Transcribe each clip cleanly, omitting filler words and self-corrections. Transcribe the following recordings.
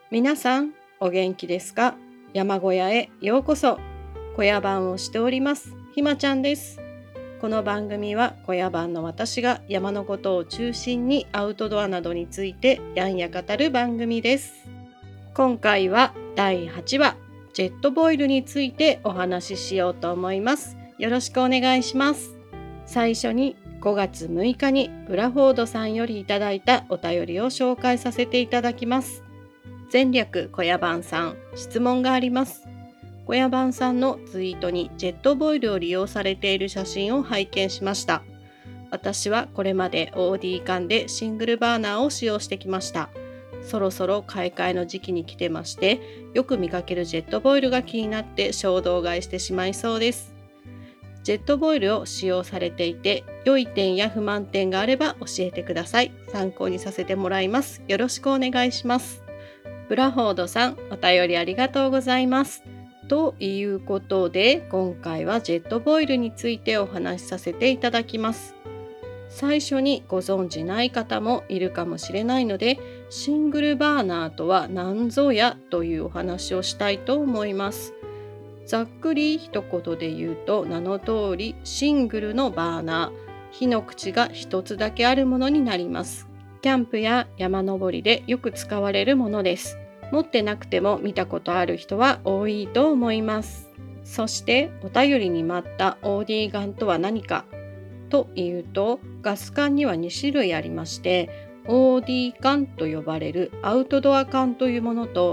皆さんお元気ですか？山小屋へようこそ。小屋番をしておりますひまちゃんです。この番組は小屋番の私が山のことを中心にアウトドアなどについてやんや語る番組です。今回は第8話ジェットボイルについてお話ししようと思います。よろしくお願いします。最初に5月6日にブラフォードさんよりいただいたお便りを紹介させていただきます。前略小屋番さん、質問があります。小屋番さんのツイートにジェットボイルを利用されている写真を拝見しました。私はこれまで OD 缶でシングルバーナーを使用してきました。そろそろ買い替えの時期に来てまして、よく見かけるジェットボイルが気になって衝動買いしてしまいそうです。ジェットボイルを使用されていて、良い点や不満点があれば教えてください。参考にさせてもらいます。よろしくお願いします。ブラフォードさん、お便りありがとうございます。ということで、今回はジェットボイルについてお話しさせていただきます。最初にご存知ない方もいるかもしれないので、シングルバーナーとは何ぞやというお話をしたいと思います。ざっくり一言で言うと、名の通りシングルのバーナー、火の口が一つだけあるものになります。キャンプや山登りでよく使われるものです。持ってなくても見たことある人は多いと思います。そしてお便りに待った OD ガンとは何かというと、ガス缶には2種類ありまして、OD 缶と呼ばれるアウトドア缶というものと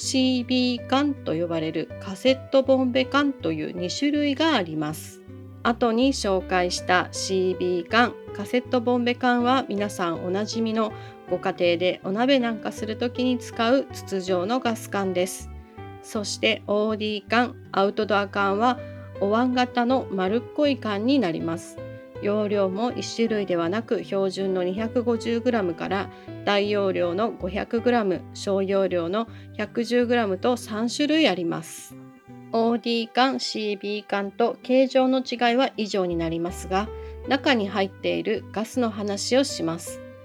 CB 缶と呼ばれるカセットボンベ缶という2種類があります。後に紹介した CB 缶、カセットボンベ缶は皆さんおなじみのご家庭でお鍋なんかするときに使う筒状のガス缶です。そして OD 缶、アウトドア缶はお椀型の丸っこい缶になります。容量も1種類ではなく、標準の 250g から大容量の 500g、小容量の 110g と3種類あります。OD 缶、CB 缶と形状の違いは以上になりますが、中に入っているガスの話をします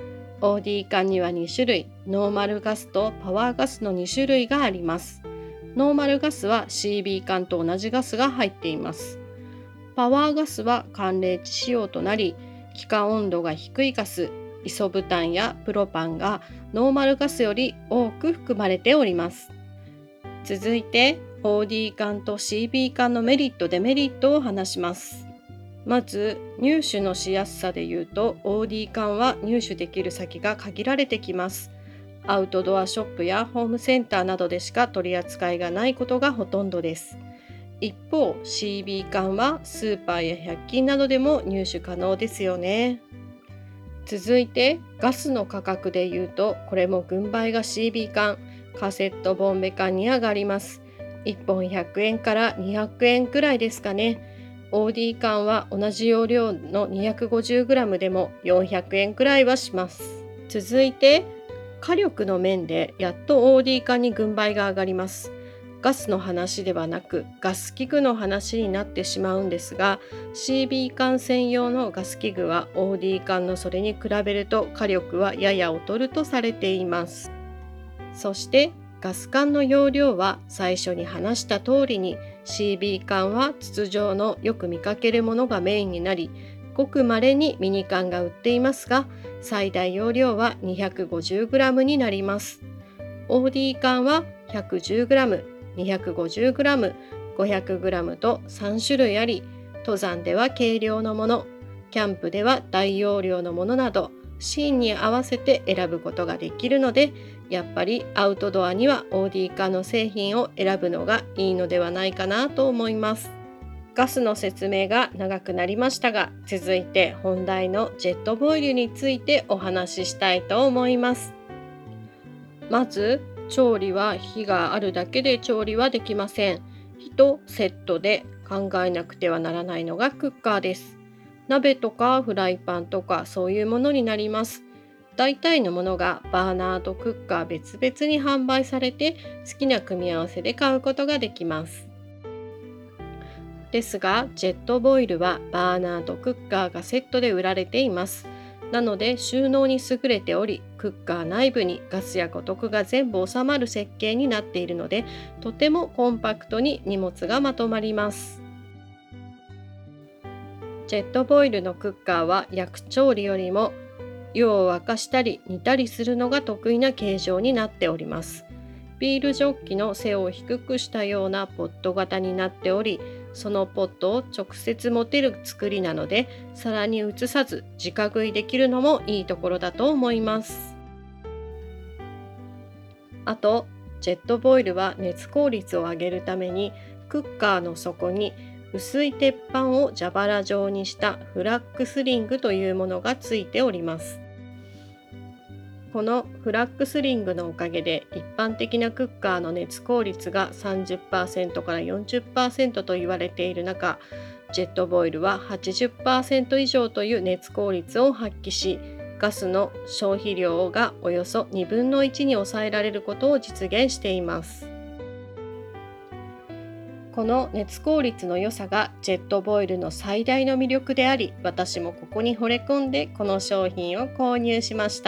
。OD 缶には2種類、ノーマルガスとパワーガスの2種類があります。ノーマルガスは CB 缶と同じガスが入っています。パワーガスは寒冷地仕様となり、気化温度が低いガス、イソブタンやプロパンがノーマルガスより多く含まれております。続いて OD 缶と CB 缶のメリットデメリットを話します。まず入手のしやすさで言うと、 OD 缶は入手できる先が限られてきます。アウトドアショップやホームセンターなどでしか取り扱いがないことがほとんどです。一方 CB 缶はスーパーや100均などでも入手可能ですよね。続いてガスの価格で言うと、これも軍配が CB 缶、カセットボンベ缶に上がります。1本100円から200円くらいですかね。OD 缶は同じ容量の 250g でも400円くらいはします。続いて火力の面でやっと OD 缶に軍配が上がります。ガスの話ではなくガス器具の話になってしまうんですが、 CB 缶専用のガス器具は OD 缶のそれに比べると火力はやや劣るとされています。そしてガス缶の容量は最初に話した通りに CB 缶は筒状のよく見かけるものがメインになり、ごく稀にミニ缶が売っていますが、最大容量は 250g になります。 OD 缶は 110g、250g、500g と3種類あり、登山では軽量のもの、キャンプでは大容量のものなどシーンに合わせて選ぶことができるので、やっぱりアウトドアには OD 缶の製品を選ぶのがいいのではないかなと思います。ガスの説明が長くなりましたが、続いて本題のジェットボイルについてお話ししたいと思います。まず調理は火があるだけで調理はできません。火とセットで考えなくてはならないのがクッカーです。鍋とかフライパンとかそういうものになります。大体のものがバーナーとクッカー別々に販売されて、好きな組み合わせで買うことができます。ですがジェットボイルはバーナーとクッカーがセットで売られています。 なので収納に優れており、クッカー内部にガスや五徳が全部収まる設計になっているので、とてもコンパクトに荷物がまとまります。ジェットボイルのクッカーは焼く調理よりも湯を沸かしたり煮たりするのが得意な形状になっております。ビールジョッキの背を低くしたようなポット型になっており、そのポットを直接持てる作りなので、皿に移さず直食いできるのもいいところだと思います。あと、ジェットボイルは熱効率を上げるために、クッカーの底に薄い鉄板を蛇腹状にしたフラックスリングというものがついております。このフラックスリングのおかげで、一般的なクッカーの熱効率が 30% から 40% と言われている中、ジェットボイルは 80% 以上という熱効率を発揮し、ガスの消費量がおよそ2分の1に抑えられることを実現しています。この熱効率の良さがジェットボイルの最大の魅力であり、私もここに惚れ込んでこの商品を購入しました。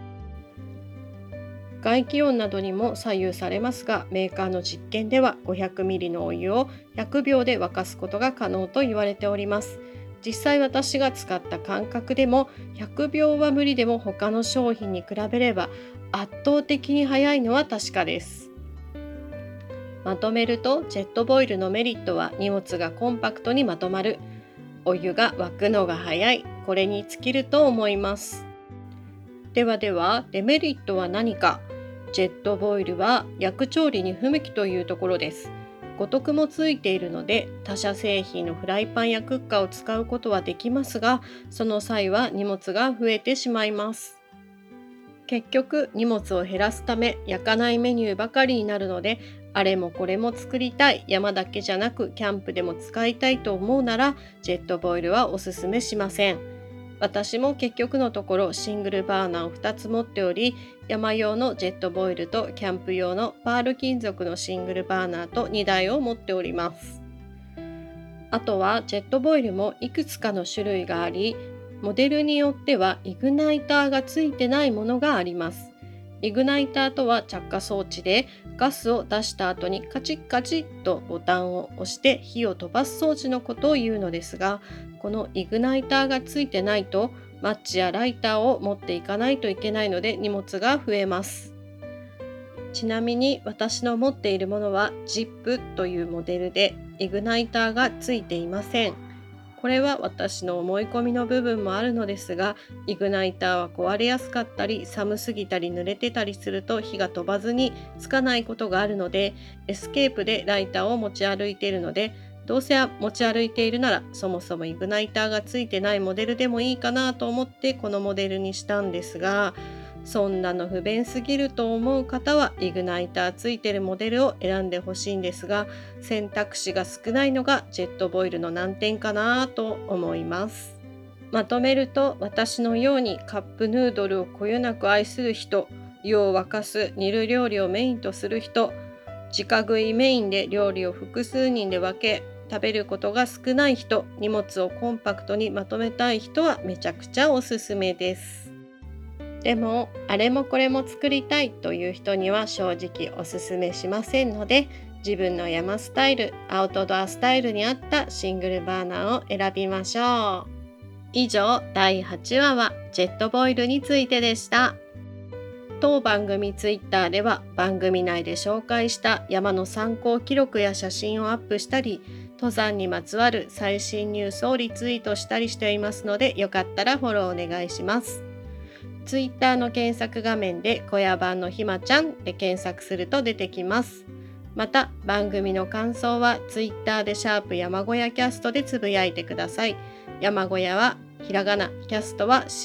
外気温などにも左右されますが、メーカーの実験では 500ml のお湯を100秒で沸かすことが可能と言われております。実際私が使った感覚でも100秒は無理でも他の商品に比べれば圧倒的に早いのは確かです。まとめると、ジェットボイルのメリットは荷物がコンパクトにまとまる、お湯が沸くのが早い、これに尽きると思います。ではデメリットは何か。ジェットボイルは焼く調理に不向きというところです。五徳もついているので、他社製品のフライパンやクッカーを使うことはできますが、その際は荷物が増えてしまいます。結局荷物を減らすため焼かないメニューばかりになるので、あれもこれも作りたい、山だけじゃなくキャンプでも使いたいと思うなら、ジェットボイルはおすすめしません。私も結局のところシングルバーナーを2つ持っており、山用のジェットボイルとキャンプ用のパール金属のシングルバーナーと2台を持っております。あとはジェットボイルもいくつかの種類があり、モデルによってはイグナイターがついてないものがあります。イグナイターとは着火装置で、ガスを出した後にカチッカチッとボタンを押して火を飛ばす装置のことを言うのですが、このイグナイターがついてないとマッチやライターを持っていかないといけないので荷物が増えます。ちなみに私の持っているものは ZIP というモデルでイグナイターがついていません。これは私の思い込みの部分もあるのですが、イグナイターは壊れやすかったり寒すぎたり濡れてたりすると火が飛ばずにつかないことがあるので、エスケープでライターを持ち歩いているので、どうせ持ち歩いているならそもそもイグナイターがついてないモデルでもいいかなと思ってこのモデルにしたんですが、そんなの不便すぎると思う方はイグナイターついてるモデルを選んでほしいんですが、選択肢が少ないのがジェットボイルの難点かなと思います。まとめると、私のようにカップヌードルをこよなく愛する人、湯を沸かす煮る料理をメインとする人、直食いメインで料理を複数人で分け食べることが少ない人、荷物をコンパクトにまとめたい人はめちゃくちゃおすすめです。でもあれもこれも作りたいという人には正直おすすめしませんので、自分の山スタイル、アウトドアスタイルに合ったシングルバーナーを選びましょう。以上、第8話はジェットボイルについてでした。当番組ツイッターでは番組内で紹介した山の参考記録や写真をアップしたり、登山にまつわる最新ニュースをリツイートしたりしていますので、よかったらフォローお願いします。ツイッターの検索画面で小屋版のひまちゃんで検索すると出てきます。また番組の感想はツイッターで山小屋キャストでつぶやいてください。山小屋はひらがな、キャストは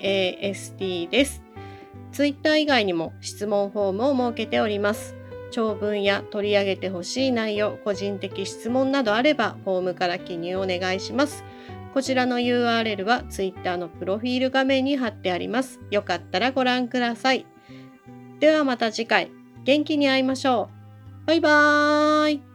CAST です。ツイッター以外にも質問フォームを設けております。長文や取り上げてほしい内容、個人的質問などあればフォームから記入お願いします。こちらの URL は Twitter のプロフィール画面に貼ってあります。よかったらご覧ください。ではまた次回、元気に会いましょう。バイバーイ。